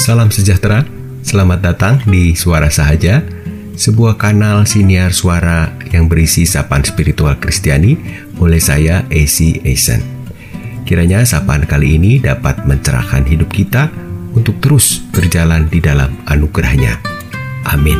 Salam sejahtera, selamat datang di Suara Sahaja, sebuah kanal siniar suara yang berisi sapaan spiritual Kristiani oleh saya, AC Eisen. Kiranya sapaan kali ini dapat mencerahkan hidup kita untuk terus berjalan di dalam anugerah-Nya. Amin.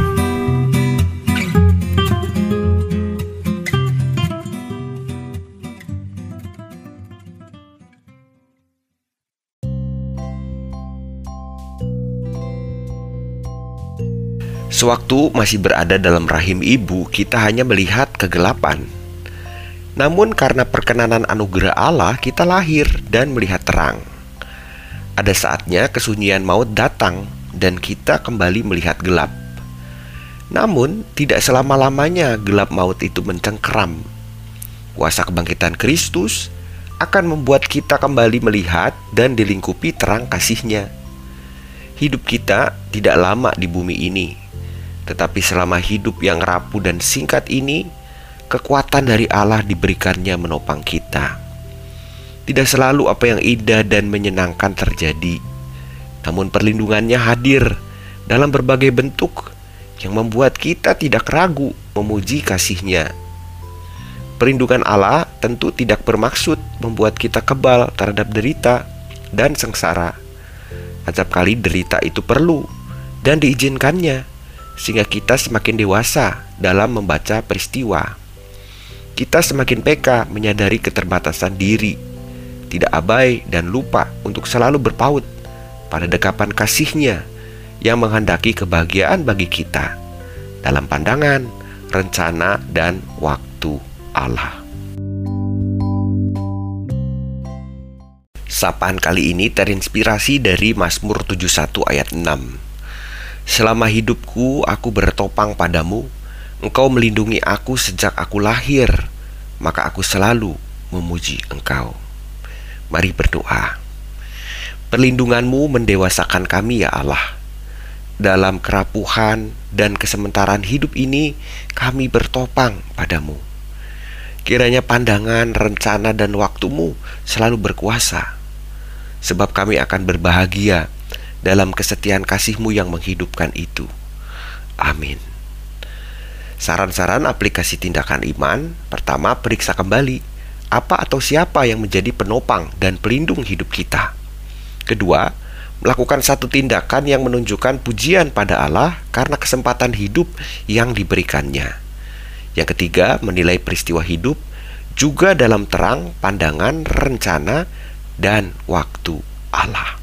Sewaktu masih berada dalam rahim ibu, kita hanya melihat kegelapan. Namun karena perkenanan anugerah Allah, kita lahir dan melihat terang. Ada saatnya kesunyian maut datang dan kita kembali melihat gelap. Namun tidak selama-lamanya gelap maut itu mencengkeram. Kuasa kebangkitan Kristus akan membuat kita kembali melihat dan dilingkupi terang kasih-Nya. Hidup kita tidak lama di bumi ini, tetapi selama hidup yang rapuh dan singkat ini, kekuatan dari Allah diberikannya menopang kita. Tidak selalu apa yang indah dan menyenangkan terjadi, namun perlindungannya hadir dalam berbagai bentuk yang membuat kita tidak ragu memuji kasih-Nya. Perlindungan Allah tentu tidak bermaksud membuat kita kebal terhadap derita dan sengsara. Acap kali derita itu perlu dan diizinkannya, sehingga kita semakin dewasa dalam membaca peristiwa. Kita semakin peka menyadari keterbatasan diri, tidak abai dan lupa untuk selalu berpaut pada dekapan kasih-Nya yang menghendaki kebahagiaan bagi kita dalam pandangan, rencana, dan waktu Allah. Sapaan kali ini terinspirasi dari Mazmur 71 ayat 6. Selama hidupku aku bertopang padamu, Engkau melindungi aku sejak aku lahir, maka aku selalu memuji Engkau. Mari berdoa. Perlindungan-Mu mendewasakan kami ya Allah. Dalam kerapuhan dan kesementaraan hidup ini, kami bertopang padamu. Kiranya pandangan, rencana, dan waktu-Mu selalu berkuasa, sebab kami akan berbahagia dalam kesetiaan kasih-Mu yang menghidupkan itu. Amin. Saran-saran aplikasi tindakan iman. Pertama, periksa kembali apa atau siapa yang menjadi penopang dan pelindung hidup kita. Kedua, melakukan satu tindakan yang menunjukkan pujian pada Allah karena kesempatan hidup yang diberikannya. Yang ketiga, menilai peristiwa hidup juga dalam terang pandangan, rencana, dan waktu Allah.